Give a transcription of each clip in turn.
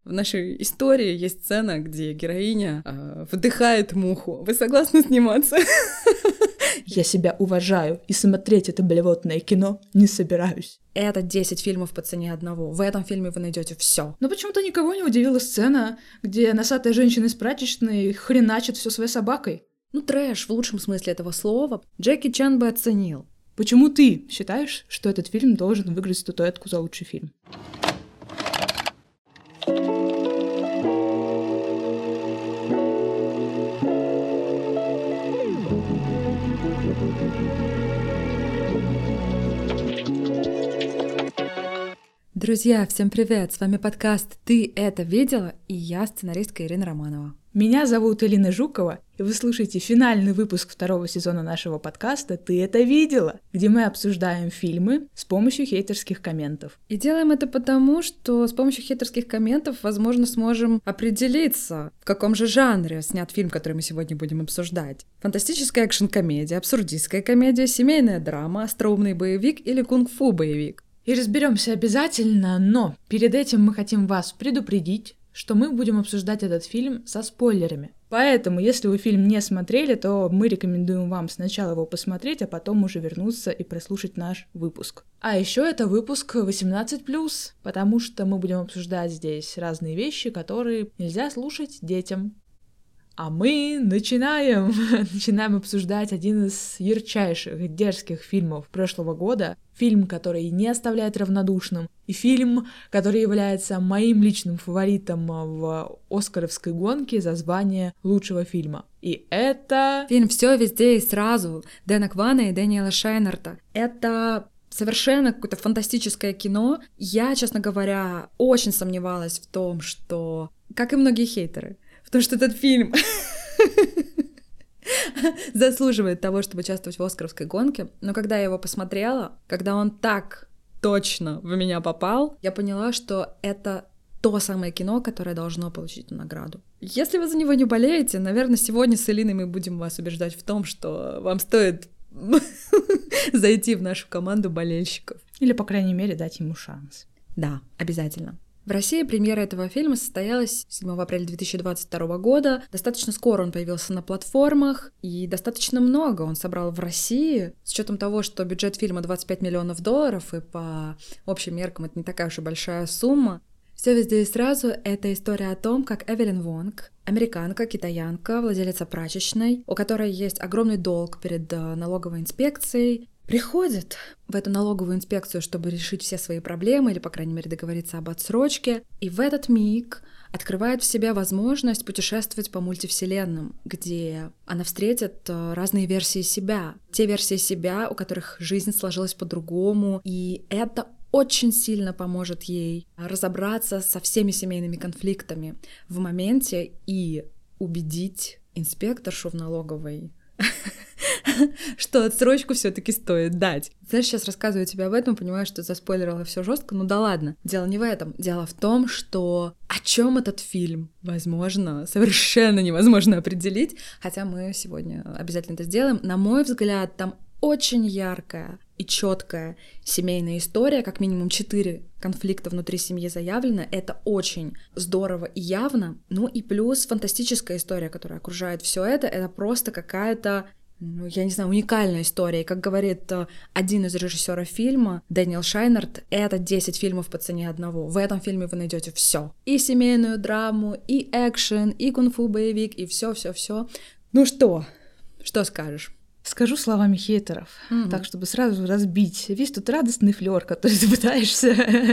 В нашей истории есть сцена, где героиня вдыхает муху. Вы согласны сниматься? Я себя уважаю, и смотреть это блевотное кино не собираюсь. Это 10 фильмов по цене одного. В этом фильме вы найдете все. Но почему-то никого не удивила сцена, где носатая женщина из прачечной хреначит все своей собакой. Ну, трэш в лучшем смысле этого слова. Джеки Чан бы оценил. Почему ты считаешь, что этот фильм должен выиграть статуэтку за лучший фильм? Друзья, всем привет! С вами подкаст «Ты это видела?» и я, сценаристка Ирина Романова. Меня зовут Элина Жукова, и вы слушаете финальный выпуск второго сезона нашего подкаста «Ты это видела?», где мы обсуждаем фильмы с помощью хейтерских комментов. И делаем это потому, что с помощью хейтерских комментов, возможно, сможем определиться, в каком же жанре снят фильм, который мы сегодня будем обсуждать. Фантастическая экшн-комедия, абсурдистская комедия, семейная драма, остроумный боевик или кунг-фу боевик. И разберемся обязательно, но перед этим мы хотим вас предупредить, что мы будем обсуждать этот фильм со спойлерами. Поэтому, если вы фильм не смотрели, то мы рекомендуем вам сначала его посмотреть, а потом уже вернуться и прослушать наш выпуск. А еще это выпуск 18+, потому что мы будем обсуждать здесь разные вещи, которые нельзя слушать детям. А мы начинаем! Начинаем обсуждать один из ярчайших, дерзких фильмов прошлого года. Фильм, который не оставляет равнодушным. И фильм, который является моим личным фаворитом в оскаровской гонке за звание лучшего фильма. И это... Фильм «Все везде и сразу» Дэна Квана и Дэниела Шайнарта. Это... совершенно какое-то фантастическое кино. Я, честно говоря, очень сомневалась в том, что... Как и многие хейтеры. Потому что этот фильм заслуживает того, чтобы участвовать в оскаровской гонке. Но когда я его посмотрела, когда он так точно в меня попал, я поняла, что это то самое кино, которое должно получить награду. Если вы за него не болеете, наверное, сегодня с Элиной мы будем вас убеждать в том, что вам стоит зайти в нашу команду болельщиков. Или, по крайней мере, дать ему шанс. Да, обязательно. В России премьера этого фильма состоялась 7 апреля 2022 года. Достаточно скоро он появился на платформах, и достаточно много он собрал в России, с учетом того, что бюджет фильма $25 миллионов, и по общим меркам это не такая уж и большая сумма. «Все везде и сразу» — это история о том, как Эвелин Вонг, американка, китаянка, владелица прачечной, у которой есть огромный долг перед налоговой инспекцией, приходит в эту налоговую инспекцию, чтобы решить все свои проблемы или, по крайней мере, договориться об отсрочке, и в этот миг открывает в себе возможность путешествовать по мультивселенным, где она встретит разные версии себя. Те версии себя, у которых жизнь сложилась по-другому, и это очень сильно поможет ей разобраться со всеми семейными конфликтами в моменте и убедить инспекторшу в налоговой, что отсрочку все-таки стоит дать. Знаешь, сейчас рассказываю тебе об этом, понимаю, что заспойлерила все жестко, ну да ладно. Дело не в этом. Дело в том, что о чем этот фильм, возможно, совершенно невозможно определить, хотя мы сегодня обязательно это сделаем. На мой взгляд, там очень яркая и четкая семейная история, как минимум 4 конфликта внутри семьи заявлено. Это очень здорово и явно. Ну и плюс фантастическая история, которая окружает все это просто какая-то, я не знаю, уникальная история. И как говорит один из режиссеров фильма, Дэниел Шайнарт, это 10 фильмов по цене одного. В этом фильме вы найдете все: и семейную драму, и экшен, и кунг-фу боевик, и все. Ну что скажешь? Скажу словами хейтеров, так, чтобы сразу разбить весь тот радостный флёр, который ты пытаешься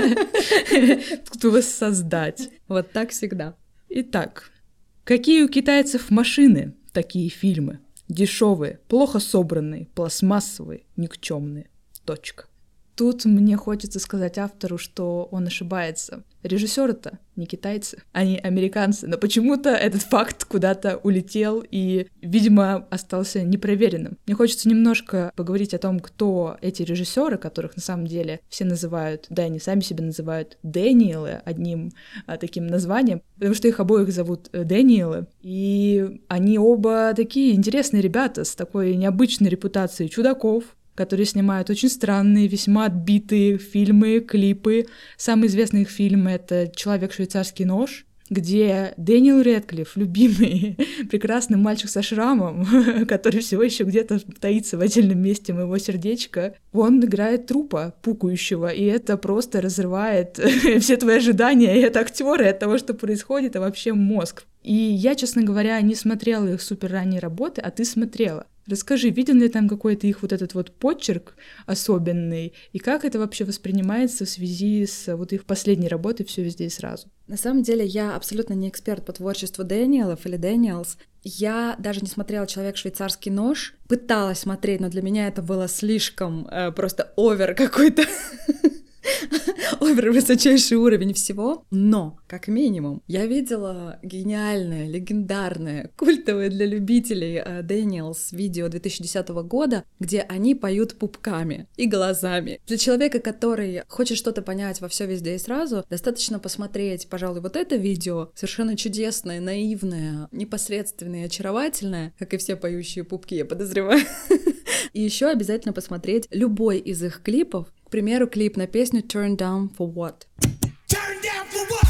тут воссоздать. Вот так всегда. Итак, какие у китайцев машины, такие фильмы? Дешевые, плохо собранные, пластмассовые, никчемные. Точка. Тут мне хочется сказать автору, что он ошибается. Режиссеры-то не китайцы, они американцы, но почему-то этот факт куда-то улетел и, видимо, остался непроверенным. Мне хочется немножко поговорить о том, кто эти режиссеры, которых на самом деле все называют, да, они сами себя называют Дэниелы одним таким названием, потому что их обоих зовут Дэниелы, и они оба такие интересные ребята с такой необычной репутацией чудаков. которые снимают очень странные, весьма отбитые фильмы, клипы. Самый известный их фильм — это «Человек-швейцарский нож», где Дэниел Рэдклифф, любимый, прекрасный мальчик со шрамом, который всего еще где-то таится в отдельном месте моего сердечка, он играет трупа пукающего, и это просто разрывает все твои ожидания и от актера, и от того, что происходит, а вообще мозг. И я, честно говоря, не смотрела их супер ранние работы, а ты смотрела. Расскажи, виден ли там какой-то их вот этот вот почерк особенный, и как это вообще воспринимается в связи с вот их последней работой «Все везде и сразу»? На самом деле я абсолютно не эксперт по творчеству Дэниелов или Дэниелс. Я даже не смотрела «Человек-швейцарский нож», пыталась смотреть, но для меня это было слишком просто овер какой-то. Овер высочайший уровень всего, но, как минимум, я видела гениальное, легендарное, культовое для любителей Дэниелс видео 2010 года, где они поют пупками и глазами. Для человека, который хочет что-то понять во «Все везде и сразу», достаточно посмотреть, пожалуй, вот это видео, совершенно чудесное, наивное, непосредственное, очаровательное, как и все поющие пупки, я подозреваю. И еще обязательно посмотреть любой из их клипов. К примеру, клип на песню «Turn Down for What». Turn down for what?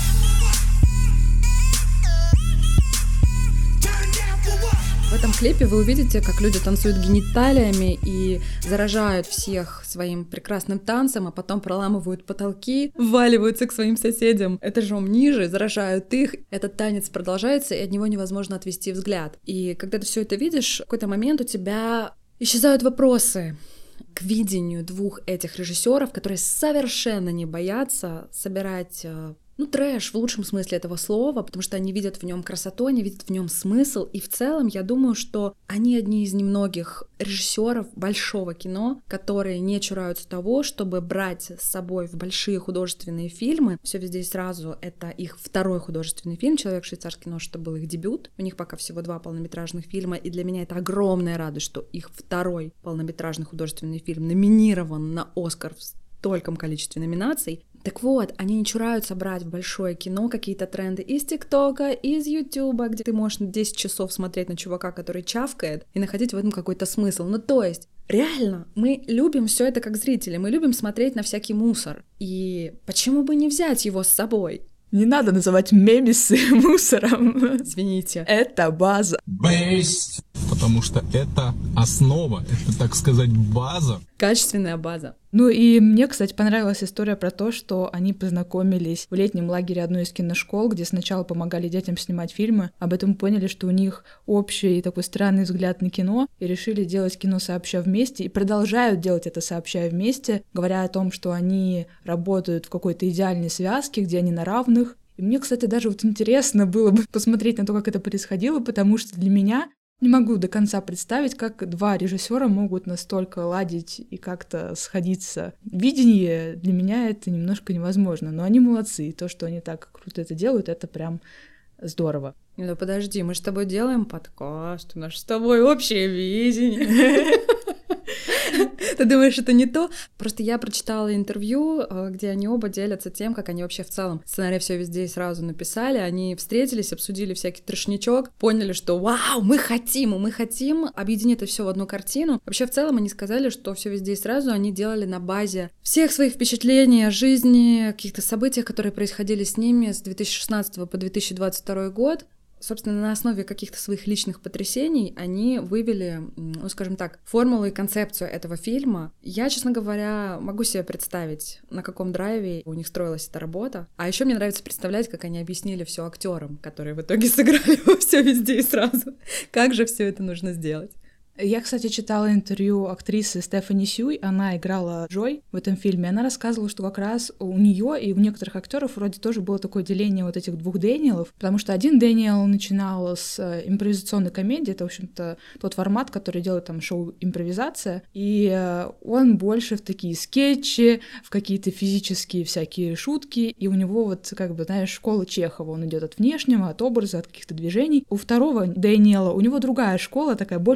Turn down for what? В этом клипе вы увидите, как люди танцуют гениталиями и заражают всех своим прекрасным танцем, а потом проламывают потолки, вваливаются к своим соседям этажом ниже, заражают их. Этот танец продолжается, и от него невозможно отвести взгляд. И когда ты все это видишь, в какой-то момент у тебя исчезают вопросы к видению двух этих режиссеров, которые совершенно не боятся собирать трэш в лучшем смысле этого слова, потому что они видят в нем красоту, они видят в нем смысл, и в целом я думаю, что они одни из немногих режиссеров большого кино, которые не чураются того, чтобы брать с собой в большие художественные фильмы. «Все везде и сразу» — это их второй художественный фильм, «Человек-швейцарский нож» — это был их дебют. У них пока всего 2 полнометражных фильма, и для меня это огромная радость, что их второй полнометражный художественный фильм номинирован на «Оскар» в стольком количестве номинаций. Так вот, они не чураются брать в большое кино какие-то тренды из ТикТока, из Ютуба, где ты можешь 10 часов смотреть на чувака, который чавкает, и находить в этом какой-то смысл. То есть, реально, мы любим все это как зрители, мы любим смотреть на всякий мусор. И почему бы не взять его с собой? Не надо называть мемисы мусором. Извините. Это база. Бейст. Потому что это основа, это, так сказать, база. Качественная база. И мне, кстати, понравилась история про то, что они познакомились в летнем лагере одной из киношкол, где сначала помогали детям снимать фильмы, об этом поняли, что у них общий такой странный взгляд на кино, и решили делать кино сообща вместе, и продолжают делать это сообща вместе, говоря о том, что они работают в какой-то идеальной связке, где они на равных. И мне, кстати, даже интересно было бы посмотреть на то, как это происходило, потому что для меня не могу до конца представить, как 2 режиссера могут настолько ладить и как-то сходиться. Видение для меня это немножко невозможно, но они молодцы, и то, что они так круто это делают, это прям здорово. Подожди, мы же с тобой делаем подкаст, у нас с тобой общее видение. Ты думаешь, это не то? Просто я прочитала интервью, где они оба делятся тем, как они вообще в целом сценарий «Все везде и сразу» написали. Они встретились, обсудили всякий трешничок, поняли, что вау, мы хотим объединить это все в одну картину. Вообще, в целом, они сказали, что «Все везде и сразу» они делали на базе всех своих впечатлений о жизни, каких-то событиях, которые происходили с ними с 2016 по 2022 год. Собственно, на основе каких-то своих личных потрясений они вывели, скажем так, формулу и концепцию этого фильма. Я, честно говоря, могу себе представить, на каком драйве у них строилась эта работа. А еще мне нравится представлять, как они объяснили все актерам, которые в итоге сыграли во «Все везде и сразу». Как же все это нужно сделать? Я, кстати, читала интервью актрисы Стефани Сюй, она играла Джой в этом фильме, она рассказывала, что как раз у нее и у некоторых актеров вроде тоже было такое деление вот этих 2 Дэниелов, потому что один Дэниел начинал с импровизационной комедии, это, в общем-то, тот формат, который делает там шоу «Импровизация», и он больше в такие скетчи, в какие-то физические всякие шутки, и у него вот, школа Чехова, он идет от внешнего, от образа, от каких-то движений. У второго Дэниела, у него другая школа, такая больше в Станиславском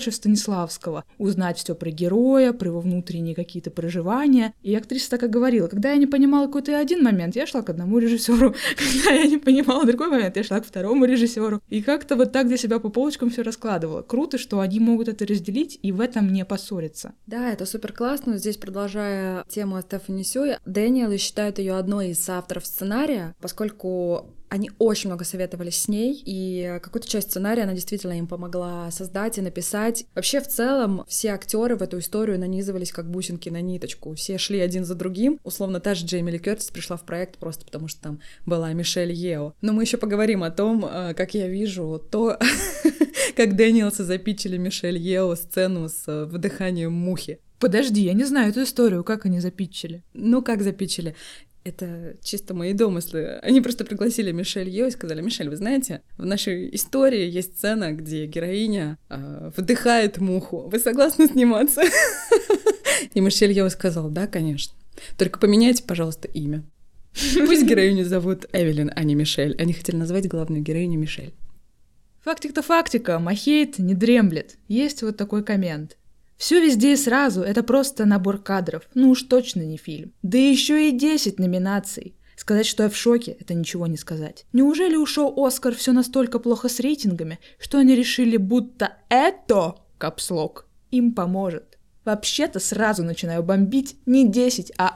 Станиславского, узнать все про героя, про его внутренние какие-то проживания. И актриса так и говорила: когда я не понимала какой-то один момент, я шла к одному режиссеру, когда я не понимала другой момент, я шла к второму режиссеру. И как-то вот так для себя по полочкам все раскладывала. Круто, что они могут это разделить и в этом не поссориться. Да, это супер классно. Здесь, продолжая тему о Стефани Сюй, Дэниел считает ее одной из авторов сценария, поскольку они очень много советовались с ней, и какую-то часть сценария она действительно им помогла создать и написать. Вообще, в целом, все актеры в эту историю нанизывались как бусинки на ниточку. Все шли один за другим. Условно, та же Джейми Ли Кёртис пришла в проект просто потому, что там была Мишель Ео. Но мы еще поговорим о том, как я вижу то, как Дэниелсы запичили Мишель Ео сцену с выдыханием мухи. Подожди, я не знаю эту историю, как они запичили. Ну, как запичили? Это чисто мои домыслы. Они просто пригласили Мишель Ео и сказали: Мишель, вы знаете, в нашей истории есть сцена, где героиня вдыхает муху. Вы согласны сниматься? И Мишель Ео сказал: да, конечно. Только поменяйте, пожалуйста, имя. Пусть героиню зовут Эвелин, а не Мишель. Они хотели назвать главную героиню Мишель. Фактик-то фактика, махейт не дремлет. Есть вот такой коммент. Все везде и сразу — это просто набор кадров. Ну уж точно не фильм. Да еще и 10 номинаций. Сказать, что я в шоке, это ничего не сказать. Неужели у шоу «Оскар» все настолько плохо с рейтингами, что они решили, будто это, капслок, им поможет? Вообще-то сразу начинаю бомбить не 10, а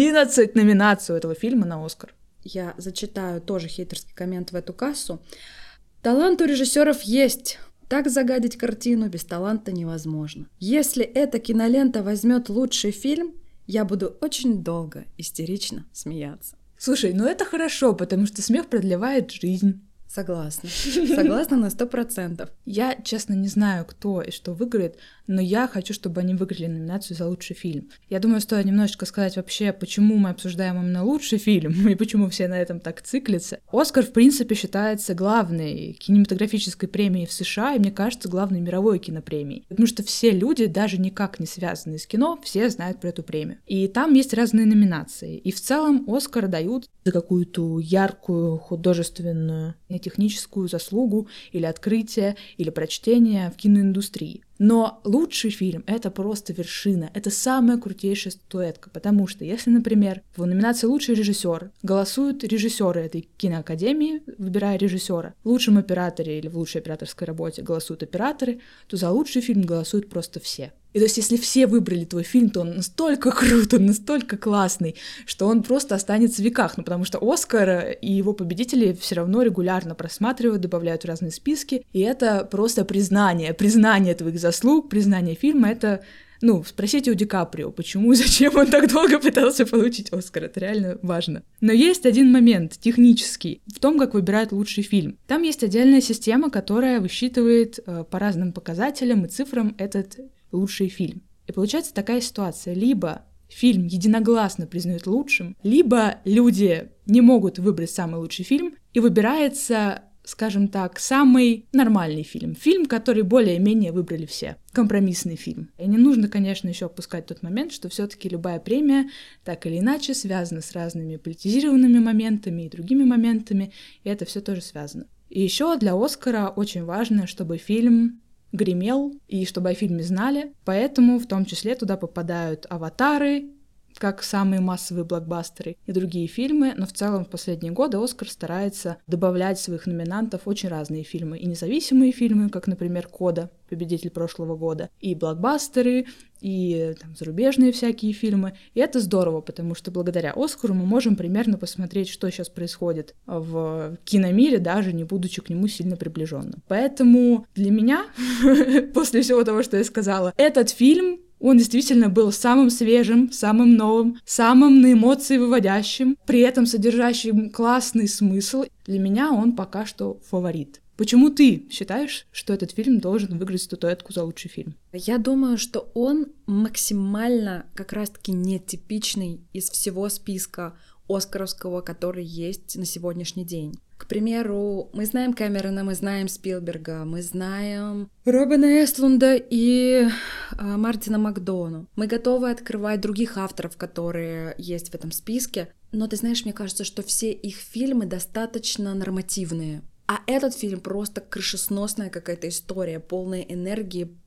11 номинаций у этого фильма на «Оскар». Я зачитаю тоже хейтерский коммент в эту кассу. Талант у режиссеров есть. Так загадить картину без таланта невозможно. Если эта кинолента возьмет лучший фильм, я буду очень долго истерично смеяться. Слушай, ну это хорошо, потому что смех продлевает жизнь. Согласна. Согласна на 100%. Я, честно, не знаю, кто и что выиграет, но я хочу, чтобы они выиграли номинацию за лучший фильм. Я думаю, стоит немножечко сказать вообще, почему мы обсуждаем именно лучший фильм и почему все на этом так циклятся. «Оскар», в принципе, считается главной кинематографической премией в США, и, мне кажется, главной мировой кинопремией. Потому что все люди, даже никак не связанные с кино, все знают про эту премию. И там есть разные номинации. И в целом «Оскар» дают за какую-то яркую художественную техническую заслугу или открытие, или прочтение в киноиндустрии. Но лучший фильм — это просто вершина, это самая крутейшая статуэтка, потому что если, например, в номинации «Лучший режиссер» голосуют режиссеры этой киноакадемии, выбирая режиссера, в лучшем операторе или в лучшей операторской работе голосуют операторы, то за лучший фильм голосуют просто все. И то есть, если все выбрали твой фильм, то он настолько крут, он настолько классный, что он просто останется в веках. Ну, потому что «Оскар» и его победители все равно регулярно просматривают, добавляют в разные списки. И это просто признание твоих заслуг, признание фильма. Это, спросите у Ди Каприо, почему и зачем он так долго пытался получить «Оскар». Это реально важно. Но есть один момент технический в том, как выбирают лучший фильм. Там есть отдельная система, которая высчитывает по разным показателям и цифрам этот лучший фильм. И получается такая ситуация. Либо фильм единогласно признают лучшим, либо люди не могут выбрать самый лучший фильм, и выбирается, скажем так, самый нормальный фильм. Фильм, который более-менее выбрали все. Компромиссный фильм. И не нужно, конечно, еще опускать тот момент, что все-таки любая премия так или иначе связана с разными политизированными моментами и другими моментами, и это все тоже связано. И еще для «Оскара» очень важно, чтобы фильм гремел, и чтобы о фильме знали, поэтому в том числе туда попадают «Аватары», как самые массовые блокбастеры, и другие фильмы, но в целом в последние годы «Оскар» старается добавлять в своих номинантов очень разные фильмы, и независимые фильмы, как, например, «Кода», победитель прошлого года, и блокбастеры, и зарубежные всякие фильмы. И это здорово, потому что благодаря «Оскару» мы можем примерно посмотреть, что сейчас происходит в киномире, даже не будучи к нему сильно приближенным. Поэтому для меня, после всего того, что я сказала, этот фильм, он действительно был самым свежим, самым новым, самым на эмоции выводящим, при этом содержащим классный смысл. Для меня он пока что фаворит. Почему ты считаешь, что этот фильм должен выиграть статуэтку за лучший фильм? Я думаю, что он максимально как раз-таки нетипичный из всего списка оскаровского, который есть на сегодняшний день. К примеру, мы знаем Кэмерона, мы знаем Спилберга, мы знаем Робина Эстлунда и Мартина Макдону. Мы готовы открывать других авторов, которые есть в этом списке, но ты знаешь, мне кажется, что все их фильмы достаточно нормативные. А этот фильм просто крышесносная какая-то история, полная энергии,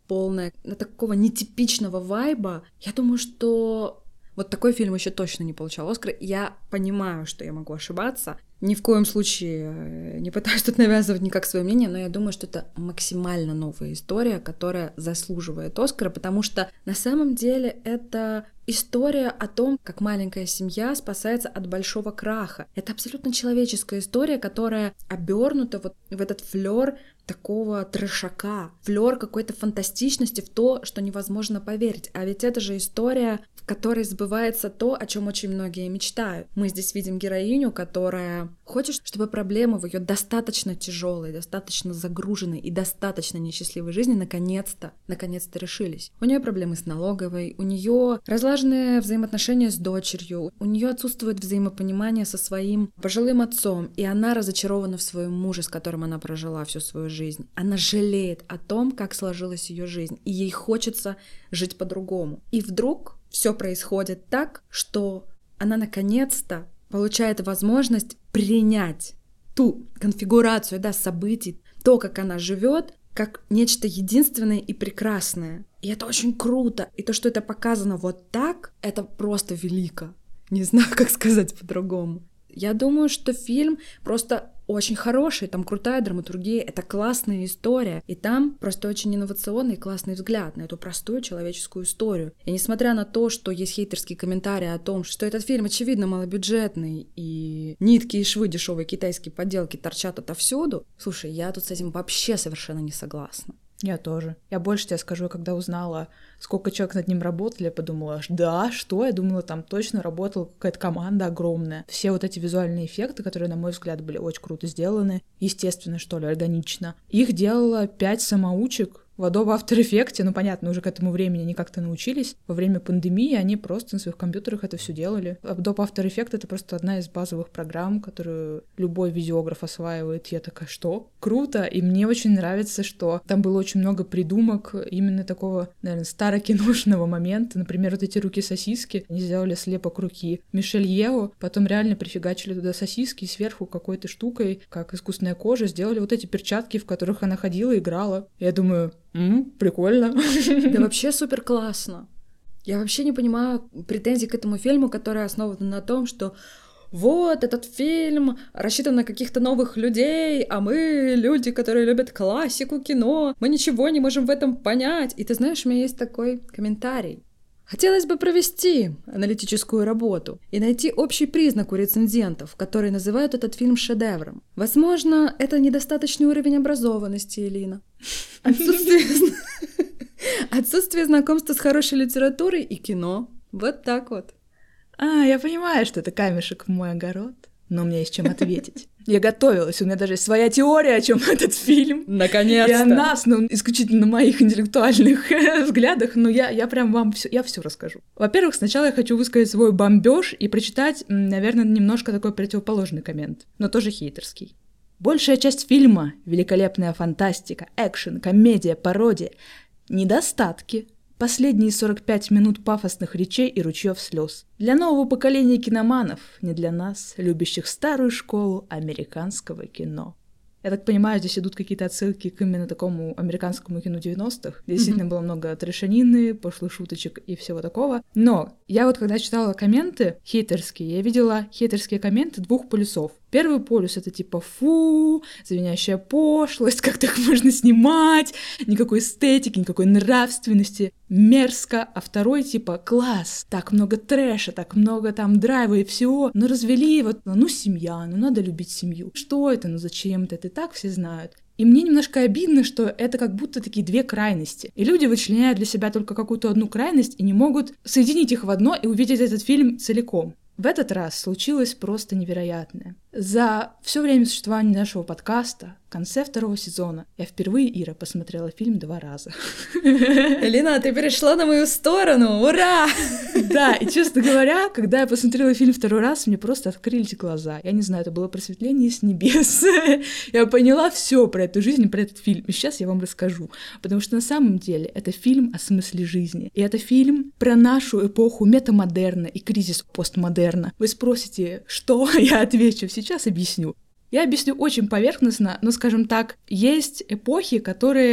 полная такого нетипичного вайба. Я думаю, что вот такой фильм еще точно не получал Оскар. Я понимаю, что я могу ошибаться. Ни в коем случае не пытаюсь тут навязывать никак свое мнение, но я думаю, что это максимально новая история, которая заслуживает Оскара, потому что на самом деле это история о том, как маленькая семья спасается от большого краха. Это абсолютно человеческая история, которая обернута вот в этот флёр такого трешака, флёр какой-то фантастичности в то, что невозможно поверить. А ведь это же история, в которой сбывается то, о чем очень многие мечтают. Мы здесь видим героиню, которая хочет, чтобы проблемы в ее достаточно тяжелой, достаточно загруженной и достаточно несчастливой жизни наконец-то решились. У нее проблемы с налоговой, у нее разлаженные взаимоотношения с дочерью, у нее отсутствует взаимопонимание со своим пожилым отцом, и она разочарована в своем муже, с которым она прожила всю свою жизнь. Она жалеет о том, как сложилась ее жизнь, и ей хочется жить по-другому. И вдруг все происходит так, что она наконец-то получает возможность принять ту конфигурацию, событий, то, как она живет, как нечто единственное и прекрасное. И это очень круто. И то, что это показано вот так, это просто велико. Не знаю, как сказать по-другому. Я думаю, что фильм просто очень хороший, там крутая драматургия, это классная история, и там просто очень инновационный и классный взгляд на эту простую человеческую историю. И несмотря на то, что есть хейтерские комментарии о том, что этот фильм, очевидно, малобюджетный, и нитки и швы дешевой китайские подделки торчат отовсюду, слушай, я тут с этим вообще совершенно не согласна. Я тоже. Я больше тебе скажу, когда узнала, сколько человек над ним работали, я подумала, да, что? Я думала, там точно работала какая-то команда огромная. Все вот эти визуальные эффекты, которые, на мой взгляд, были очень круто сделаны, естественно, что ли, органично. Их делало 5 самоучек в Adobe After Effects, понятно, уже к этому времени они как-то научились. Во время пандемии они просто на своих компьютерах это все делали. Adobe After Effects — это просто одна из базовых программ, которую любой видеограф осваивает. Я такая, что? Круто! И мне очень нравится, что там было очень много придумок именно такого, наверное, старокиношного момента. Например, вот эти руки-сосиски. Они сделали слепок руки Мишель Ео, потом реально прифигачили туда сосиски и сверху какой-то штукой, как искусственная кожа, сделали вот эти перчатки, в которых она ходила и играла. Я думаю, прикольно. Да вообще супер классно. Я вообще не понимаю претензий к этому фильму, которые основаны на том, что вот этот фильм рассчитан на каких-то новых людей, а мы люди, которые любят классику кино, мы ничего не можем в этом понять. И ты знаешь, у меня есть такой комментарий. Хотелось бы провести аналитическую работу и найти общий признак у рецензентов, которые называют этот фильм шедевром. Возможно, это недостаточный уровень образованности, Элина. Отсутствие знакомства с хорошей литературой и кино. Вот так вот. Я понимаю, что это камешек в мой огород, но у меня есть чем ответить. Я готовилась, у меня даже есть своя теория, о чем этот фильм. Наконец-то! И она основана исключительно на моих интеллектуальных взглядах, но я прям вам все расскажу. Во-первых, сначала я хочу высказать свой бомбёж и прочитать, наверное, немножко такой противоположный коммент, но тоже хейтерский. Большая часть фильма — великолепная фантастика, экшен, комедия, пародия. Недостатки — последние 45 минут пафосных речей и ручьёв слез. Для нового поколения киноманов, не для нас, любящих старую школу американского кино. Я так понимаю, здесь идут какие-то отсылки к именно такому американскому кино 90-х. Здесь действительно было много трешанины, пошлых шуточек и всего такого. Но я вот когда читала комменты хейтерские, я видела хейтерские комменты 2 полюсов. Первый полюс — это типа «фу», «звенящая пошлость», «как так можно снимать», никакой эстетики, никакой нравственности, мерзко. А второй типа «класс», так много трэша, так много там драйва и всего, но развели вот, семья, надо любить семью. Что это, зачем это так все знают. И мне немножко обидно, что это как будто такие 2 крайности. И люди вычленяют для себя только какую-то одну крайность и не могут соединить их в одно и увидеть этот фильм целиком. В этот раз случилось просто невероятное. За все время существования нашего подкаста, в конце 2-го сезона, я впервые, Ира, посмотрела фильм 2 раза. Элина, ты перешла на мою сторону! Ура! Да, и, честно говоря, когда я посмотрела фильм 2-й раз, мне просто открылись глаза. Я не знаю, это было просветление с небес. Я поняла все про эту жизнь и про этот фильм. И сейчас я вам расскажу. Потому что на самом деле это фильм о смысле жизни. И это фильм про нашу эпоху метамодерна и кризис постмодерна. Вы спросите, что? Я отвечу. Сейчас объясню. Я объясню очень поверхностно, но, скажем так, есть эпохи, которые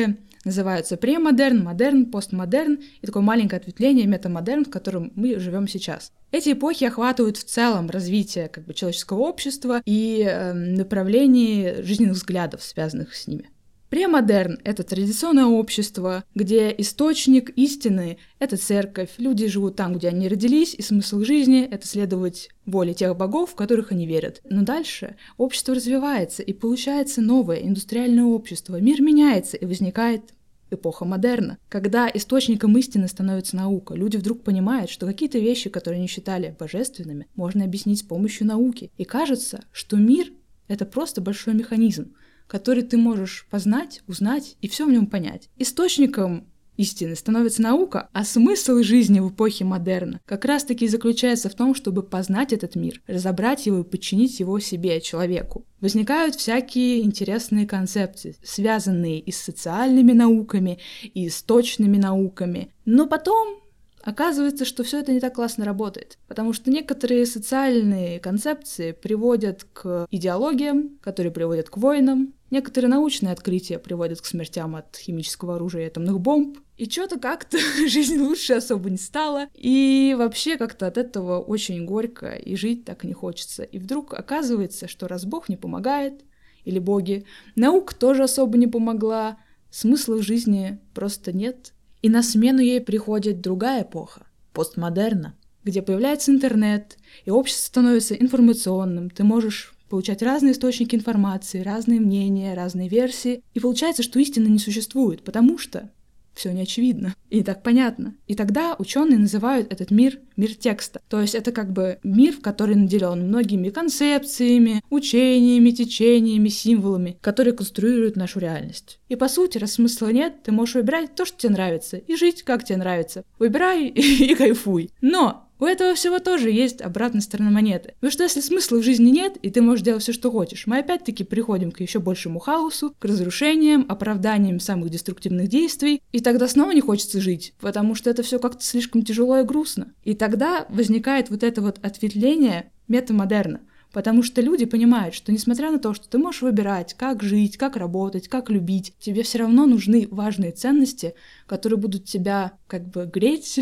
называются премодерн, модерн, постмодерн и такое маленькое ответвление метамодерн, в котором мы живем сейчас. Эти эпохи охватывают в целом развитие человеческого общества и направлений жизненных взглядов, связанных с ними. Премодерн — это традиционное общество, где источник истины — это церковь, люди живут там, где они родились, и смысл жизни — это следовать воле тех богов, в которых они верят. Но дальше общество развивается, и получается новое индустриальное общество, мир меняется, и возникает эпоха модерна, когда источником истины становится наука. Люди вдруг понимают, что какие-то вещи, которые они считали божественными, можно объяснить с помощью науки. И кажется, что мир — это просто большой механизм, который ты можешь познать, узнать и все в нем понять. Источником истины становится наука, а смысл жизни в эпохе модерна как раз-таки заключается в том, чтобы познать этот мир, разобрать его и подчинить его себе, человеку. Возникают всякие интересные концепции, связанные и с социальными науками, и с точными науками. Но потом оказывается, что все это не так классно работает, потому что некоторые социальные концепции приводят к идеологиям, которые приводят к войнам, некоторые научные открытия приводят к смертям от химического оружия и атомных бомб, и что-то как-то жизнь лучше особо не стала, и вообще как-то от этого очень горько, и жить так не хочется. И вдруг оказывается, что раз Бог не помогает, или боги, наука тоже особо не помогла, смысла в жизни просто нет. И на смену ей приходит другая эпоха — постмодерна, где появляется интернет, и общество становится информационным, ты можешь получать разные источники информации, разные мнения, разные версии, и получается, что истины не существует, потому что все не очевидно и не так понятно. И тогда ученые называют этот мир текста. То есть это мир, который наделен многими концепциями, учениями, течениями, символами, которые конструируют нашу реальность. И по сути, раз смысла нет, ты можешь выбирать то, что тебе нравится, и жить, как тебе нравится. Выбирай и кайфуй. Но у этого всего тоже есть обратная сторона монеты. Потому что если смысла в жизни нет, и ты можешь делать все, что хочешь, мы опять-таки приходим к еще большему хаосу, к разрушениям, оправданиям самых деструктивных действий, и тогда снова не хочется жить, потому что это все как-то слишком тяжело и грустно. И тогда возникает вот это вот ответвление метамодерна. Потому что люди понимают, что несмотря на то, что ты можешь выбирать, как жить, как работать, как любить, тебе все равно нужны важные ценности, которые будут тебя греть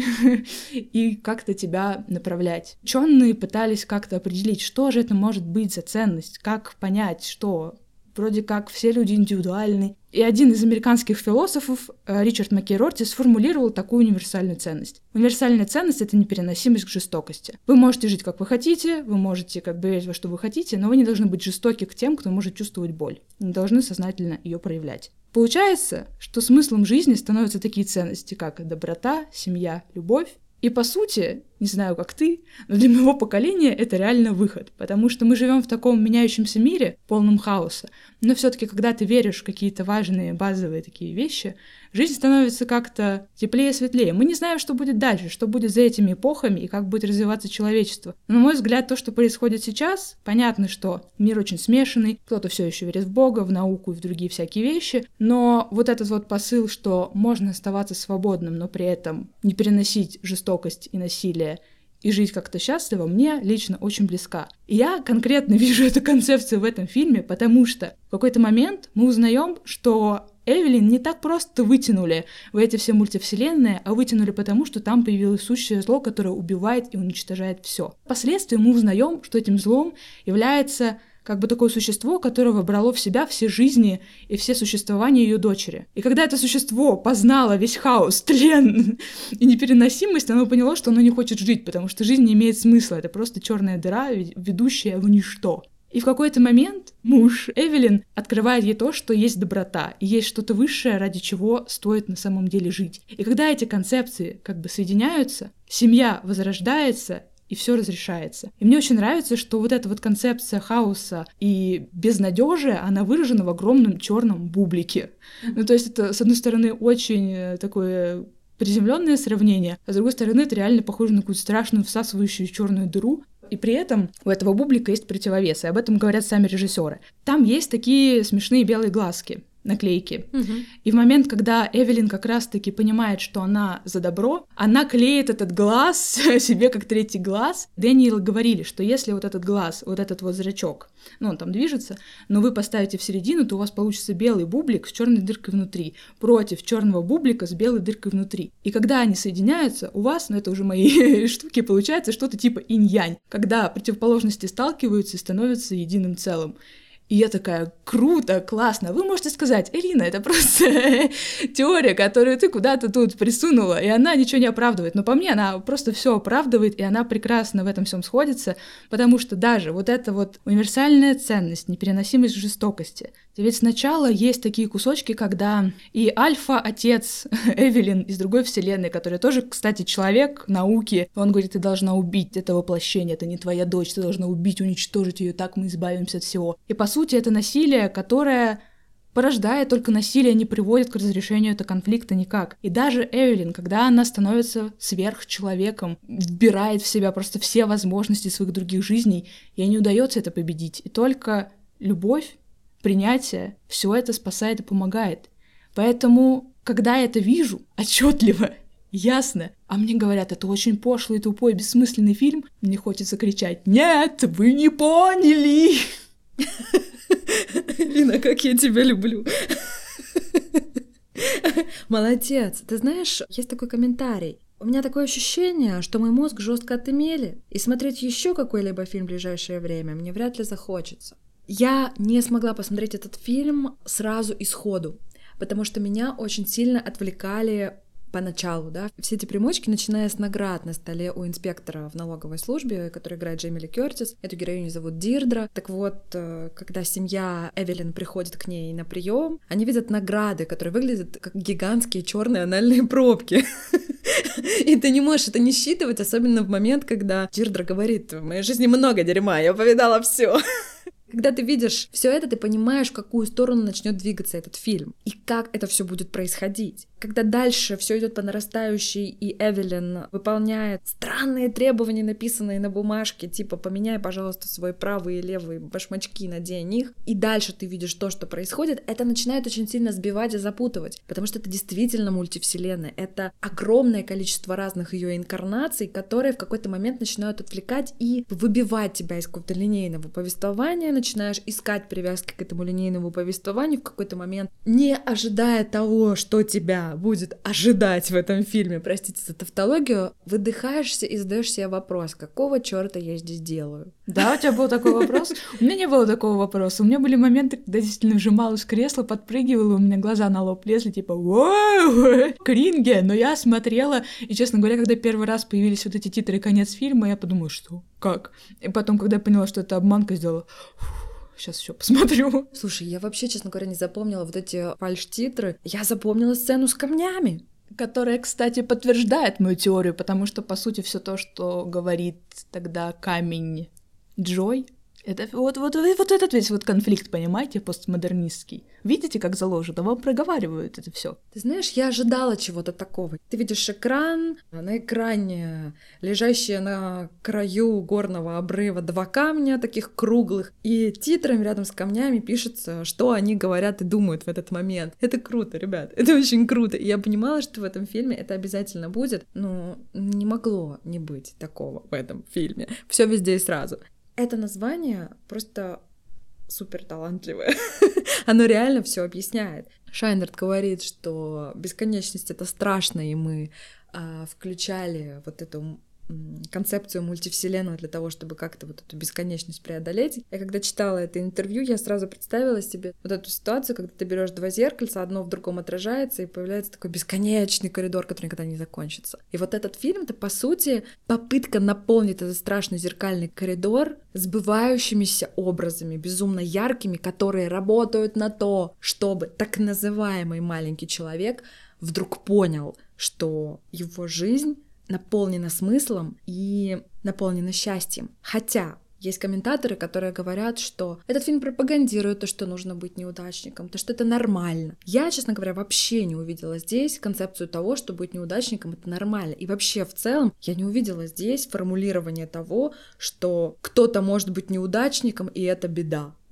и как-то тебя направлять. Ученые пытались как-то определить, что же это может быть за ценность, как понять, что вроде как все люди индивидуальны. И один из американских философов, Ричард Маккей Рорти, сформулировал такую универсальную ценность. Универсальная ценность — это непереносимость к жестокости. Вы можете жить, как вы хотите, вы можете верить во что вы хотите, но вы не должны быть жестоки к тем, кто может чувствовать боль. Не должны сознательно ее проявлять. Получается, что смыслом жизни становятся такие ценности, как доброта, семья, любовь. И по сути, не знаю, как ты, но для моего поколения это реально выход, потому что мы живем в таком меняющемся мире, полном хаоса, но все-таки, когда ты веришь в какие-то важные, базовые такие вещи, жизнь становится как-то теплее и светлее. Мы не знаем, что будет дальше, что будет за этими эпохами и как будет развиваться человечество. Но, на мой взгляд, то, что происходит сейчас, понятно, что мир очень смешанный, кто-то все еще верит в Бога, в науку и в другие всякие вещи, но вот этот вот посыл, что можно оставаться свободным, но при этом не переносить жестокость и насилие, и жить как-то счастливо, мне лично очень близка. И я конкретно вижу эту концепцию в этом фильме, потому что в какой-то момент мы узнаем, что Эвелин не так просто вытянули в эти все мультивселенные, а вытянули потому, что там появилось сущее зло, которое убивает и уничтожает все. Впоследствии мы узнаем, что этим злом является такое существо, которое вобрало в себя все жизни и все существования ее дочери. И когда это существо познало весь хаос, тлен и непереносимость, оно поняло, что оно не хочет жить, потому что жизнь не имеет смысла. Это просто черная дыра, ведущая в ничто. И в какой-то момент муж Эвелин открывает ей то, что есть доброта, и есть что-то высшее, ради чего стоит на самом деле жить. И когда эти концепции соединяются, семья возрождается, и все разрешается. И мне очень нравится, что вот эта вот концепция хаоса и безнадежия, она выражена в огромном черном бублике. Ну, то есть это, с одной стороны, очень такое приземленное сравнение, а с другой стороны, это реально похоже на какую-то страшную всасывающую черную дыру. И при этом у этого бублика есть противовес, и об этом говорят сами режиссеры. Там есть такие смешные белые глазки. наклейки. И в момент, когда Эвелин как раз-таки понимает, что она за добро, она клеит этот глаз себе как третий глаз. Дэниел говорили, что если вот этот глаз, вот этот вот зрачок, ну, он там движется, но вы поставите в середину, то у вас получится белый бублик с черной дыркой внутри, против черного бублика с белой дыркой внутри. И когда они соединяются, у вас, ну, это уже мои штуки, получается что-то типа инь-янь, когда противоположности сталкиваются и становятся единым целым. И я такая, круто, классно. Вы можете сказать, Ирина, это просто теория, которую ты куда-то тут присунула, и она ничего не оправдывает. Но по мне она просто все оправдывает, и она прекрасно в этом всем сходится, потому что даже вот эта вот универсальная ценность, непереносимость жестокости. Ведь сначала есть такие кусочки, когда и альфа-отец Эвелин из другой вселенной, который тоже, кстати, человек науки, он говорит, ты должна убить это воплощение, это не твоя дочь, ты должна убить, уничтожить ее, так мы избавимся от всего. И по сути это насилие, которое порождает только насилие, не приводит к разрешению этого конфликта никак. И даже Эвелин, когда она становится сверхчеловеком, вбирает в себя просто все возможности своих других жизней, ей не удается это победить. И только любовь, принятие, все это спасает и помогает. Поэтому, когда я это вижу отчетливо, ясно, а мне говорят, это очень пошлый, тупой, бессмысленный фильм, мне хочется кричать: «Нет, вы не поняли!» Лина, как я тебя люблю. Молодец. Ты знаешь, есть такой комментарий. У меня такое ощущение, что мой мозг жестко отымели, и смотреть еще какой-либо фильм в ближайшее время мне вряд ли захочется. Я не смогла посмотреть этот фильм сразу и сходу, потому что меня очень сильно отвлекали поначалу, да, все эти примочки, начиная с наград на столе у инспектора в налоговой службе, который играет Джейми Ли Кёртис. Эту героиню зовут Дирдра. Так вот, когда семья Эвелин приходит к ней на прием, они видят награды, которые выглядят как гигантские черные анальные пробки. И ты не можешь это не считывать, особенно в момент, когда Дирдра говорит: в моей жизни много дерьма, я повидала все. Когда ты видишь все это, ты понимаешь, в какую сторону начнет двигаться этот фильм и как это все будет происходить. Когда дальше все идет по нарастающей, и Эвелин выполняет странные требования, написанные на бумажке, типа «поменяй, пожалуйста, свои правые и левые башмачки, надень их», и дальше ты видишь то, что происходит, это начинает очень сильно сбивать и запутывать, потому что это действительно мультивселенная, это огромное количество разных ее инкарнаций, которые в какой-то момент начинают отвлекать и выбивать тебя из какого-то линейного повествования, начинаешь искать привязки к этому линейному повествованию в какой-то момент, не ожидая того, что тебя будет ожидать в этом фильме, простите за тавтологию, выдыхаешься и задаешь себе вопрос: какого черта я здесь делаю? Да, у тебя был такой вопрос? У меня не было такого вопроса. У меня были моменты, когда я действительно вжималась в кресло, подпрыгивала, у меня глаза на лоб лезли, типа «Воу! Кринге!» Но я смотрела, и, честно говоря, когда первый раз появились вот эти титры «Конец фильма», я подумала, что? Как? И потом, когда я поняла, что это обманка, сделала: сейчас еще посмотрю. Слушай, я вообще, честно говоря, не запомнила вот эти фальш-титры. Я запомнила сцену с камнями. Которая, кстати, подтверждает мою теорию, потому что, по сути, все то, что говорит тогда камень Джой, это вот этот весь вот конфликт, понимаете, постмодернистский. Видите, как заложено? Вам проговаривают это все. Ты знаешь, я ожидала чего-то такого. Ты видишь экран, на экране лежащие на краю горного обрыва два камня, таких круглых, и титрами рядом с камнями пишется, что они говорят и думают в этот момент. Это круто, ребят, это очень круто. И я понимала, что в этом фильме это обязательно будет, но не могло не быть такого в этом фильме. Все везде и сразу. Это название просто супер талантливое. Оно реально все объясняет. Шайнерт говорит, что бесконечность — это страшно, и мы включали вот эту концепцию мультивселенной для того, чтобы как-то вот эту бесконечность преодолеть. Я когда читала это интервью, я сразу представила себе вот эту ситуацию, когда ты берешь два зеркальца, одно в другом отражается, и появляется такой бесконечный коридор, который никогда не закончится. И вот этот фильм — это, по сути, попытка наполнить этот страшный зеркальный коридор сбывающимися образами, безумно яркими, которые работают на то, чтобы так называемый маленький человек вдруг понял, что его жизнь наполнена смыслом и наполнена счастьем. Хотя есть комментаторы, которые говорят, что этот фильм пропагандирует то, что нужно быть неудачником, то, что это нормально. Я, честно говоря, вообще не увидела здесь концепцию того, что быть неудачником — это нормально. И вообще, в целом, я не увидела здесь формулирование того, что кто-то может быть неудачником, и это беда.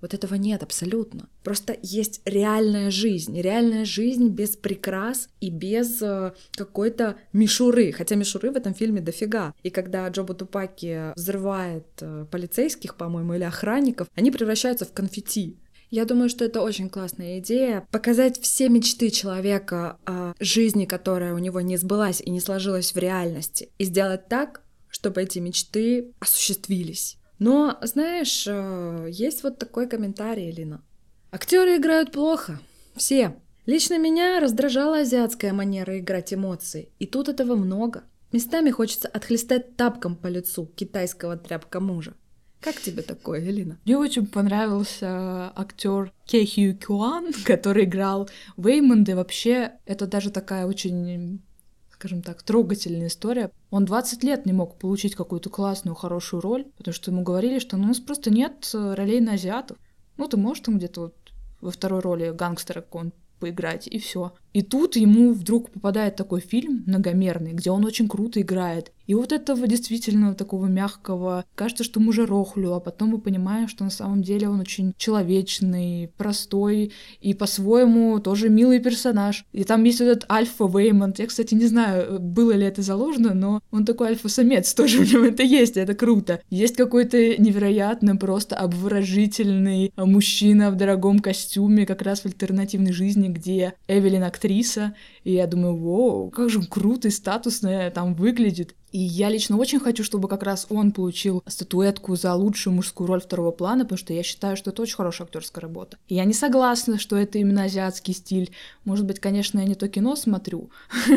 Вот этого нет абсолютно. Просто есть реальная жизнь без прикрас и без какой-то мишуры, хотя мишуры в этом фильме дофига. И когда Джоба Тупаки взрывает полицейских, по-моему, или охранников, они превращаются в конфетти. Я думаю, что это очень классная идея. Показать все мечты человека о жизни, которая у него не сбылась и не сложилась в реальности. И сделать так, чтобы эти мечты осуществились. Но, знаешь, есть вот такой комментарий, Элина. Актеры играют плохо. Все. Лично меня раздражала азиатская манера играть эмоции. И тут этого много. Местами хочется отхлестать тапком по лицу китайского тряпка-мужа. Как тебе такое, Элина? Мне очень понравился актер Ке Хью Куан, который играл Веймонда. И вообще, это даже такая очень, скажем так, трогательная история. Он 20 лет не мог получить какую-то классную, хорошую роль, потому что ему говорили, что у нас просто нет ролей на азиатов. Ну, ты можешь там где-то вот во второй роли гангстера какого-нибудь поиграть, и все. И тут ему вдруг попадает такой фильм многомерный, где он очень круто играет. И вот этого действительно такого мягкого, кажется, что мужерохлю, а потом мы понимаем, что на самом деле он очень человечный, простой и по-своему тоже милый персонаж. И там есть вот этот альфа Веймонд. Я, кстати, не знаю, было ли это заложено, но он такой альфа-самец, тоже в нем это есть, это круто. Есть какой-то невероятно просто обворожительный мужчина в дорогом костюме, как раз в альтернативной жизни, где Эвелин актриса, и я думаю, вау, как же круто и статусно там выглядит. И я лично очень хочу, чтобы как раз он получил статуэтку за лучшую мужскую роль второго плана, потому что я считаю, что это очень хорошая актерская работа. И я не согласна, что это именно азиатский стиль. Может быть, конечно, я не то кино смотрю,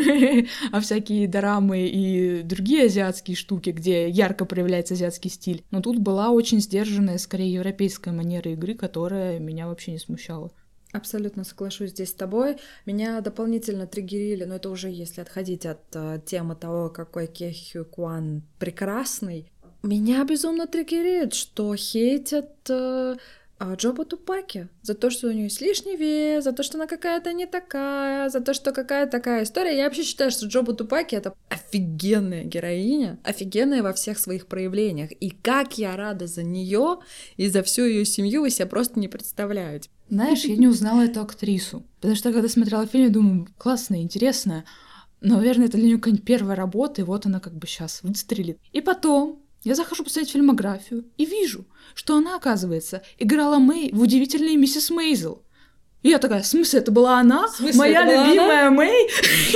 а всякие дорамы и другие азиатские штуки, где ярко проявляется азиатский стиль. Но тут была очень сдержанная, скорее, европейская манера игры, которая меня вообще не смущала. Абсолютно соглашусь здесь с тобой. Меня дополнительно триггерили, но это уже если отходить от темы того, какой Ке Хью Куан прекрасный. Меня безумно триггерит, что хейтят Джобу Тупаки за то, что у нее есть лишний вес, за то, что она какая-то не такая, за то, что какая-то такая история. Я вообще считаю, что Джоба Тупаки — это офигенная героиня, офигенная во всех своих проявлениях. И как я рада за нее и за всю ее семью, вы себе просто не представляете. Знаешь, я не узнала эту актрису, потому что когда смотрела фильм, я думаю, классная, интересная, но, наверное, это для нее какая-нибудь первая работа, и вот она как бы сейчас выстрелит. И потом я захожу посмотреть фильмографию и вижу, что она, оказывается, играла Мэй в «Удивительной миссис Мейзел». И я такая, в смысле, это была она? Моя любимая Мэй?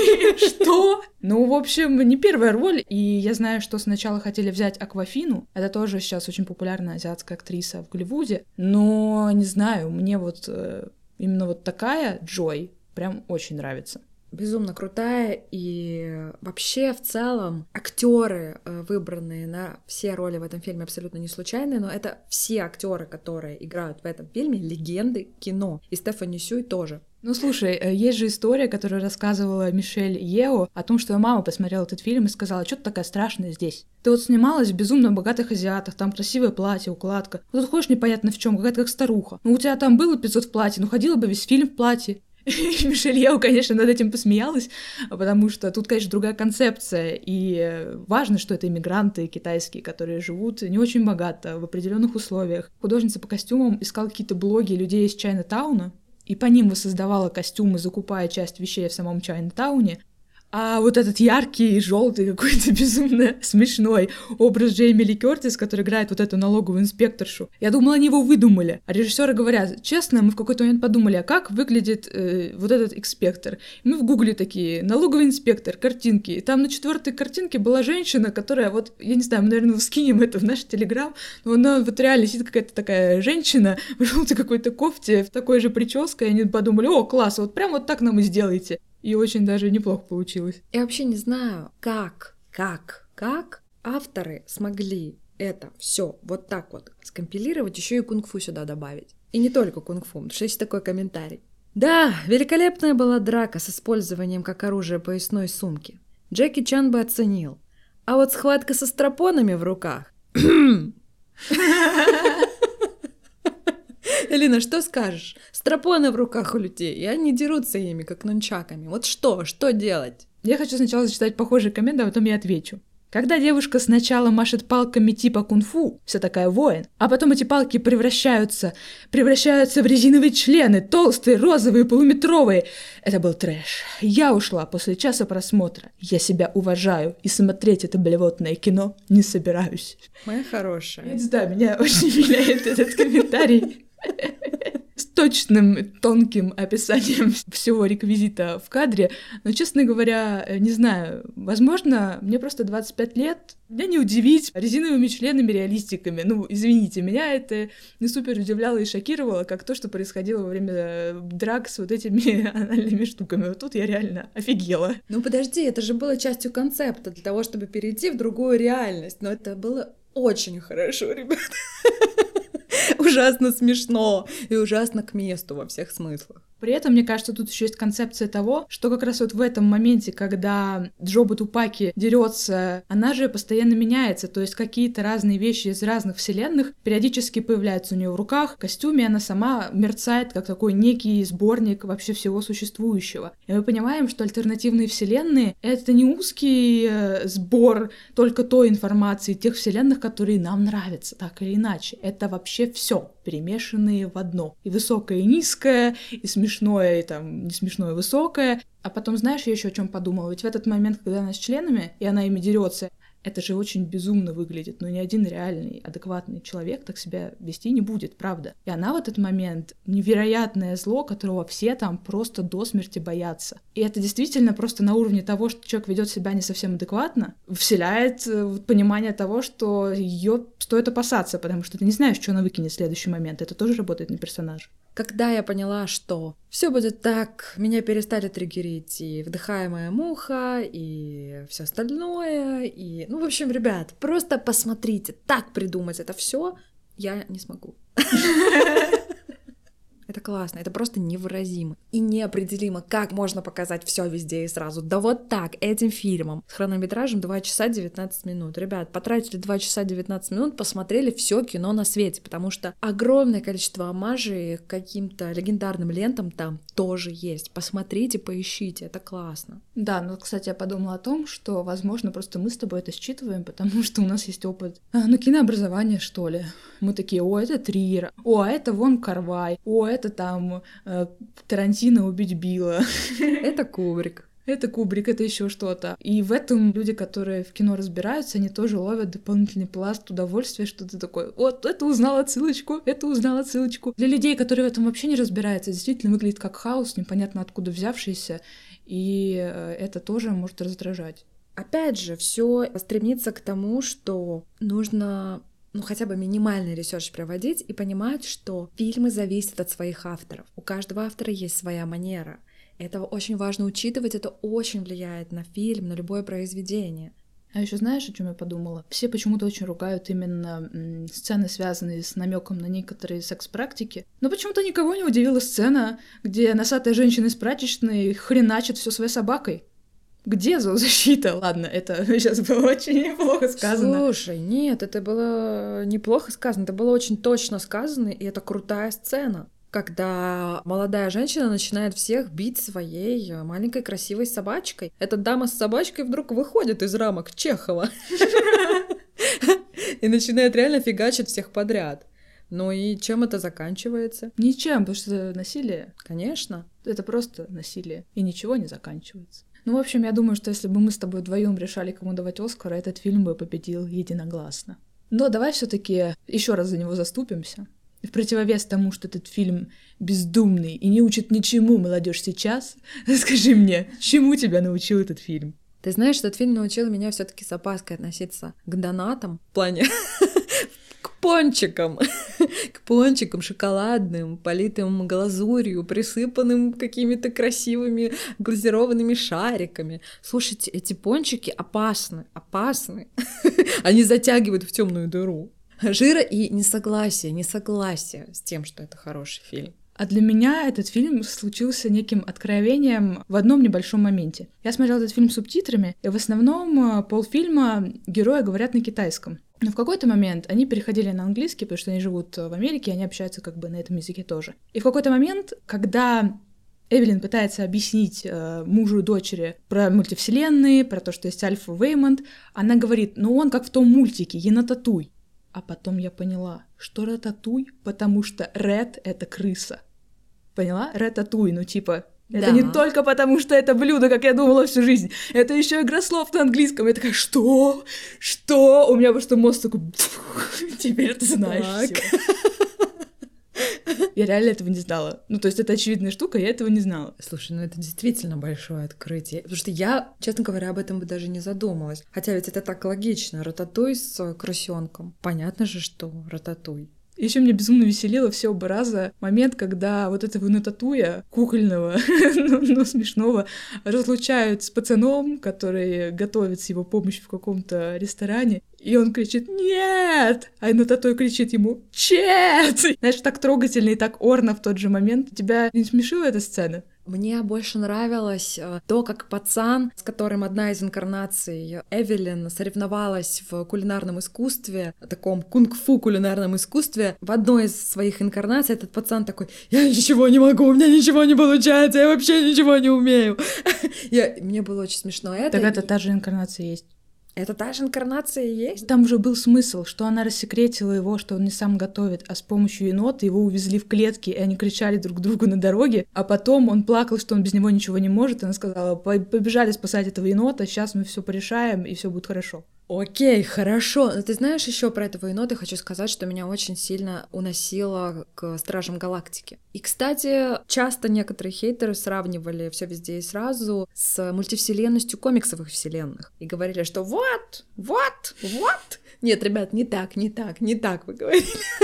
Что? Ну, в общем, не первая роль, и я знаю, что сначала хотели взять Аквафину, это тоже сейчас очень популярная азиатская актриса в Голливуде, но, не знаю, мне вот именно вот такая Джой прям очень нравится. Безумно крутая, и вообще в целом актеры, выбранные на все роли в этом фильме, абсолютно не случайные, но это все актеры, которые играют в этом фильме, легенды кино, и Стефани Сюй тоже. Ну, слушай, есть же история, которую рассказывала Мишель Ео о том, что ее мама посмотрела этот фильм и сказала, что ты такая страшная здесь? Ты вот снималась в «Безумно богатых азиатах», там красивое платье, укладка. Вот тут ходишь непонятно в чем, какая-то как старуха. Ну, у тебя там был эпизод в платье, ну, ходила бы весь фильм в платье. Мишель Ео, конечно, над этим посмеялась, потому что тут, конечно, другая концепция, и важно, что это иммигранты китайские, которые живут не очень богато, в определенных условиях. Художница по костюмам искала какие-то блоги людей из Чайна-тауна, и по ним воссоздавала костюмы, закупая часть вещей в самом Чайна-тауне. А вот этот яркий, желтый, какой-то безумно смешной образ Джейми Ли Кёртис, который играет вот эту налоговую инспекторшу, я думала, они его выдумали. А режиссеры говорят, честно, мы в какой-то момент подумали, а как выглядит вот этот инспектор? И мы в гугле такие, налоговый инспектор, картинки. И там на 4-й картинке была женщина, которая вот, я не знаю, мы, наверное, скинем это в наш Телеграм, но она вот реально сидит какая-то такая женщина в желтой какой-то кофте, в такой же прической, и они подумали, о, класс, вот прям вот так нам и сделайте. И очень даже неплохо получилось. Я вообще не знаю, как авторы смогли это все вот так вот скомпилировать, еще и кунг-фу сюда добавить. И не только кунг-фу, потому что есть такой комментарий. Да, великолепная была драка с использованием как оружия поясной сумки. Джеки Чан бы оценил. А вот схватка со стропонами в руках... Элина, что скажешь? Стропоны в руках у людей, и они дерутся ими, как нунчаками. Вот что делать? Я хочу сначала зачитать похожий коммент, а потом я отвечу. Когда девушка сначала машет палками типа кунг-фу, вся такая воин, а потом эти палки превращаются в резиновые члены, толстые, розовые, полуметровые. Это был трэш. Я ушла после часа просмотра. Я себя уважаю, и смотреть это блевотное кино не собираюсь. Моя хорошая. Да, меня очень меняет этот комментарий. С точным, тонким описанием всего реквизита в кадре. Но, честно говоря, не знаю, возможно, мне просто 25 лет, меня не удивить резиновыми членами реалистиками. Ну, извините, меня это не супер удивляло и шокировало, как то, что происходило во время драк с вот этими анальными штуками. Вот тут я реально офигела. Ну подожди, это же было частью концепта для того, чтобы перейти в другую реальность. Но это было очень хорошо, ребята. Ужасно смешно и ужасно к месту во всех смыслах. При этом, мне кажется, тут еще есть концепция того, что как раз вот в этом моменте, когда Джоба Тупаки дерется, она же постоянно меняется, то есть какие-то разные вещи из разных вселенных периодически появляются у нее в руках, в костюме она сама мерцает, как такой некий сборник вообще всего существующего. И мы понимаем, что альтернативные вселенные — это не узкий сбор только той информации тех вселенных, которые нам нравятся, так или иначе. Это вообще все перемешанные в одно. И высокое, и низкое, и смешное, и там не смешное, высокое. А потом, знаешь, я еще о чем подумала? Ведь в этот момент, когда она с членами, и она ими дерется, это же очень безумно выглядит, но ни один реальный, адекватный человек так себя вести не будет, правда. И она в этот момент невероятное зло, которого все там просто до смерти боятся. И это действительно просто на уровне того, что человек ведет себя не совсем адекватно, вселяет понимание того, что ее стоит опасаться, потому что ты не знаешь, что она выкинет в следующий момент. Это тоже работает на персонажа. Когда я поняла, что все будет так, меня перестали триггерить и вдыхаемая муха, и все остальное, и... Ну, в общем, ребят, просто посмотрите, так придумать это все я не смогу. Это классно, это просто невыразимо и неопределимо, как можно показать все везде и сразу. Да вот так, этим фильмом с хронометражем 2 часа 19 минут. Ребят, потратили 2 часа 19 минут, посмотрели все кино на свете, потому что огромное количество омажей к каким-то легендарным лентам там тоже есть. Посмотрите, поищите, это классно. Да, ну, кстати, я подумала о том, что, возможно, просто мы с тобой это считываем, потому что у нас есть опыт, кинообразования, что ли. Мы такие: о, это Триер, о, это Вон Кар-вай, о, это там Тарантино «Убить Билла». Это Кубрик. Это Кубрик, это еще что-то. И в этом люди, которые в кино разбираются, они тоже ловят дополнительный пласт удовольствия, что ты такой: вот, это узнал отсылочку, это узнал отсылочку. Для людей, которые в этом вообще не разбираются, действительно выглядит как хаос, непонятно откуда взявшийся, и это тоже может раздражать. Опять же, все стремится к тому, что нужно хотя бы минимальный ресерч проводить и понимать, что фильмы зависят от своих авторов. У каждого автора есть своя манера. Это очень важно учитывать, это очень влияет на фильм, на любое произведение. А еще знаешь, о чем я подумала? Все почему-то очень ругают именно сцены, связанные с намеком на некоторые секс-практики. Но почему-то никого не удивила сцена, где носатая женщина из прачечной хреначит все своей собакой. Где зоозащита? Ладно, это сейчас было очень неплохо сказано. Слушай, нет, это было неплохо сказано, это было очень точно сказано, и это крутая сцена, когда молодая женщина начинает всех бить своей маленькой красивой собачкой. Эта дама с собачкой вдруг выходит из рамок Чехова и начинает реально фигачить всех подряд. Ну и чем это заканчивается? Ничем, потому что это насилие. Конечно. Это просто насилие, и ничего не заканчивается. Ну, в общем, я думаю, что если бы мы с тобой вдвоем решали, кому давать Оскар, этот фильм бы победил единогласно. Но давай все-таки еще раз за него заступимся. В противовес тому, что этот фильм бездумный и не учит ничему молодежь сейчас, скажи мне, чему тебя научил этот фильм? Ты знаешь, этот фильм научил меня все-таки с опаской относиться к донатам в плане к пончикам шоколадным, политым глазурью, присыпанным какими-то красивыми глазированными шариками. Слушайте, эти пончики опасны. Они затягивают в темную дыру. Жира и несогласие с тем, что это хороший фильм. А для меня этот фильм случился неким откровением в одном небольшом моменте. Я смотрела этот фильм с субтитрами, и в основном полфильма герои говорят на китайском. Но в какой-то момент они переходили на английский, потому что они живут в Америке, и они общаются как бы на этом языке тоже. И в какой-то момент, когда Эвелин пытается объяснить мужу и дочери про мультивселенные, про то, что есть Альфа Веймонт. Она говорит, ну он как в том мультике, Енотатуй. А потом я поняла, что Рататуй, потому что Ред — это крыса. Поняла? Рататуй, ну типа... Это не только потому, что это блюдо, как я думала всю жизнь. Это еще игра слов на английском. Я такая, что? Что? У меня просто мозг такой... Теперь ты знаешь всё. Я реально этого не знала. Ну, то есть это очевидная штука, я этого не знала. Слушай, ну это действительно большое открытие. Потому что я, честно говоря, об этом бы даже не задумалась. Хотя ведь это так логично. Рататуй с крысёнком. Понятно же, что рататуй. Еще меня безумно веселило все оба раза момент, когда вот этого Енотатуя, кукольного, но смешного, разлучают с пацаном, который готовит с его помощью в каком-то ресторане, и он кричит «Нет!», а Енотатуй кричит ему «Чет!». Знаешь, так трогательно и так орно в тот же момент. Тебя не смешила эта сцена? Мне больше нравилось то, как пацан, с которым одна из инкарнаций Эвелин соревновалась в кулинарном искусстве, таком кунг-фу кулинарном искусстве. В одной из своих инкарнаций этот пацан такой: «Я ничего не могу, у меня ничего не получается, я вообще ничего не умею». Мне было очень смешно это. Так это та же инкарнация есть. Это та же инкарнация и есть? Там уже был смысл, что она рассекретила его, что он не сам готовит, а с помощью енота его увезли в клетки, и они кричали друг другу на дороге, а потом он плакал, что он без него ничего не может, и она сказала: побежали спасать этого енота, сейчас мы все порешаем, и все будет хорошо. Окей, хорошо. Но ты знаешь, еще про этого енота хочу сказать, что меня очень сильно уносило к Стражам Галактики. И, кстати, часто некоторые хейтеры сравнивали все везде и сразу с мультивселенностью комиксовых вселенных и говорили, что вот. Нет, ребят, не так вы говорили.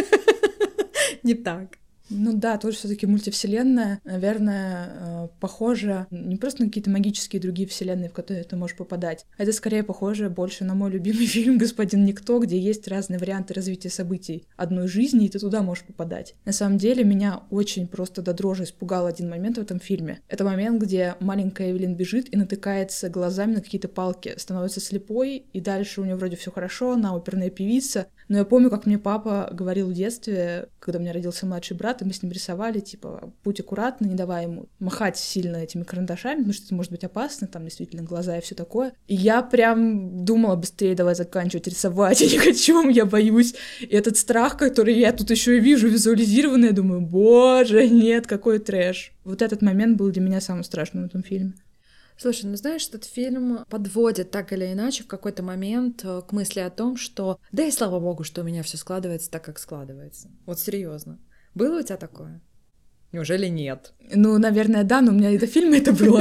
Не так. Ну да, тоже все-таки мультивселенная, наверное, похожа не просто на какие-то магические другие вселенные, в которые ты можешь попадать. Это скорее похоже больше на мой любимый фильм «Господин Никто», где есть разные варианты развития событий одной жизни, и ты туда можешь попадать. На самом деле, меня очень просто до дрожи испугал один момент в этом фильме. Это момент, где маленькая Эвелин бежит и натыкается глазами на какие-то палки, становится слепой, и дальше у нее вроде все хорошо, она оперная певица. Но я помню, как мне папа говорил в детстве, когда у меня родился младший брат, и мы с ним рисовали, типа, будь аккуратна, не давай ему махать сильно этими карандашами, потому что это может быть опасно, там действительно глаза и все такое. И я прям думала: быстрее давай заканчивать рисовать, я не хочу, я боюсь. И этот страх, который я тут еще и вижу визуализированный, я думаю: боже, нет, какой трэш. Вот этот момент был для меня самым страшным в этом фильме. Слушай, ну знаешь, этот фильм подводит так или иначе в какой-то момент к мысли о том, что да и слава богу, что у меня все складывается так, как складывается. Вот серьезно. Было у тебя такое? Неужели нет? Ну, наверное, да, но у меня и до фильма это было.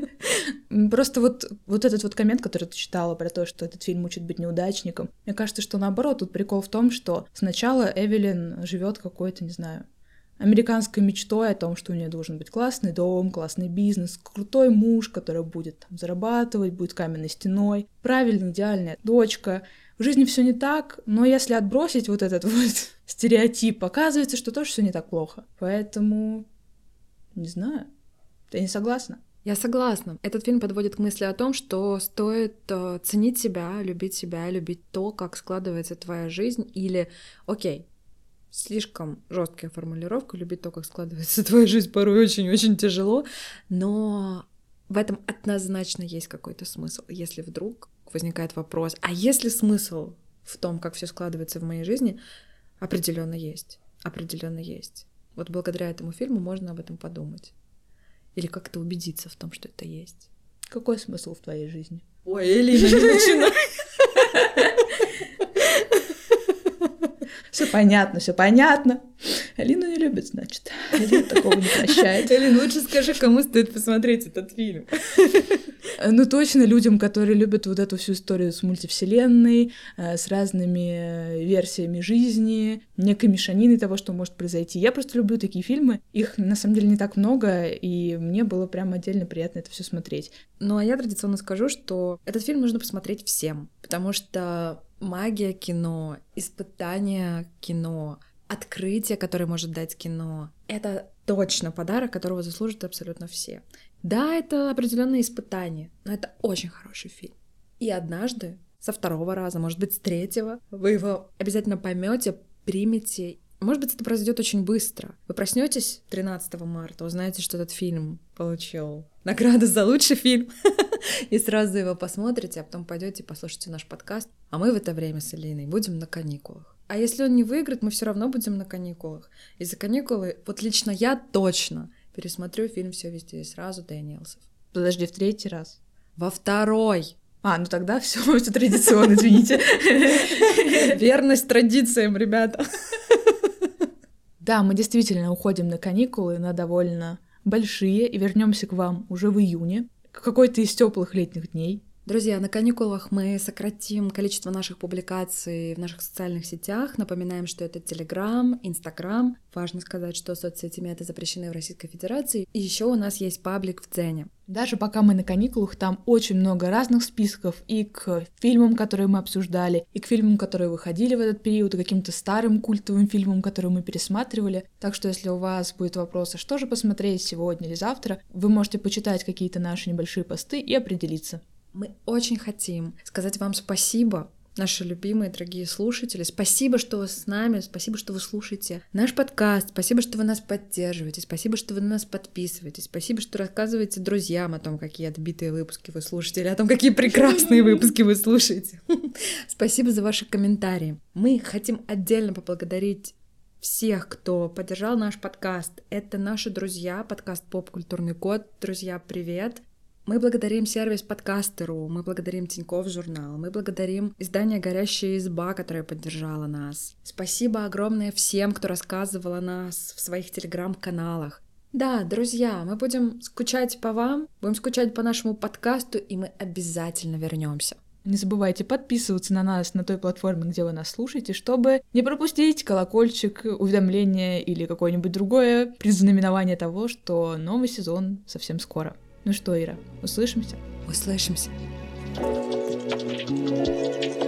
Просто вот этот вот коммент, который ты читала про то, что этот фильм учит быть неудачником, мне кажется, что наоборот, тут прикол в том, что сначала Эвелин живет какой-то, не знаю, американской мечтой о том, что у нее должен быть классный дом, классный бизнес, крутой муж, который будет там зарабатывать, будет каменной стеной, правильная, идеальная дочка. В жизни все не так, но если отбросить вот этот вот стереотип, оказывается, что тоже все не так плохо. Поэтому, не знаю, ты не согласна? Я согласна. Этот фильм подводит к мысли о том, что стоит ценить себя, любить то, как складывается твоя жизнь, или, окей, слишком жесткая формулировка, любить то, как складывается твоя жизнь, порой очень-очень тяжело, но в этом однозначно есть какой-то смысл. Если вдруг возникает вопрос, а есть ли смысл в том, как все складывается в моей жизни, определенно есть. Вот благодаря этому фильму можно об этом подумать. Или как-то убедиться в том, что это есть. Какой смысл в твоей жизни? Ой, Элина, не начинай! Все понятно. Алину не любит, значит. Алина такого не прощает. Элин, лучше скажи, кому стоит посмотреть этот фильм. Ну, точно людям, которые любят вот эту всю историю с мультивселенной, с разными версиями жизни, некой мешаниной того, что может произойти. Я просто люблю такие фильмы. Их, на самом деле, не так много, и мне было прям отдельно приятно это все смотреть. Ну, а я традиционно скажу, что этот фильм нужно посмотреть всем, потому что магия кино, испытание кино, открытие, которое может дать кино, это точно подарок, которого заслужат абсолютно все. Да, это определенное испытание, но это очень хороший фильм. И однажды, со второго раза, может быть, с третьего, вы его обязательно поймете, примете Может быть, это произойдет очень быстро. Вы проснетесь 13 марта, узнаете, что этот фильм получил награду за лучший фильм, и сразу его посмотрите, а потом пойдете и послушайте наш подкаст. А мы в это время с Алиной будем на каникулах. А если он не выиграет, мы все равно будем на каникулах. И за каникулы, вот лично я точно пересмотрю фильм «Все везде и сразу» Дэниелсов. Подожди, в 3-й раз. Во 2-й. Ну тогда все традиционно, извините. Верность традициям, ребята. Да, мы действительно уходим на каникулы, на довольно большие, и вернемся к вам уже в июне, какой-то из теплых летних дней. Друзья, на каникулах мы сократим количество наших публикаций в наших социальных сетях. Напоминаем, что это Telegram, Instagram. Важно сказать, что соцсети Мета запрещены в Российской Федерации. И еще у нас есть паблик в Дзене. Даже пока мы на каникулах, там очень много разных списков и к фильмам, которые мы обсуждали, и к фильмам, которые выходили в этот период, и каким-то старым культовым фильмам, которые мы пересматривали. Так что если у вас будут вопросы, что же посмотреть сегодня или завтра, вы можете почитать какие-то наши небольшие посты и определиться. Мы очень хотим сказать вам спасибо, наши любимые, дорогие слушатели. Спасибо, что вы с нами, спасибо, что вы слушаете наш подкаст, спасибо, что вы нас поддерживаете, спасибо, что вы на нас подписываетесь, спасибо, что рассказываете друзьям о том, какие отбитые выпуски вы слушаете, или о том, какие прекрасные выпуски вы слушаете. Спасибо за ваши комментарии. Мы хотим отдельно поблагодарить всех, кто поддержал наш подкаст. Это наши друзья, подкаст «Поп-культурный код». Друзья, привет! Мы благодарим сервис Подкастеру, мы благодарим Тинькофф журнал, мы благодарим издание «Горящая изба», которое поддержало нас. Спасибо огромное всем, кто рассказывал о нас в своих телеграм-каналах. Да, друзья, мы будем скучать по вам, будем скучать по нашему подкасту, и мы обязательно вернемся. Не забывайте подписываться на нас на той платформе, где вы нас слушаете, чтобы не пропустить колокольчик, уведомление или какое-нибудь другое предзнаменование того, что новый сезон совсем скоро. Ну что, Ира, услышимся? Услышимся.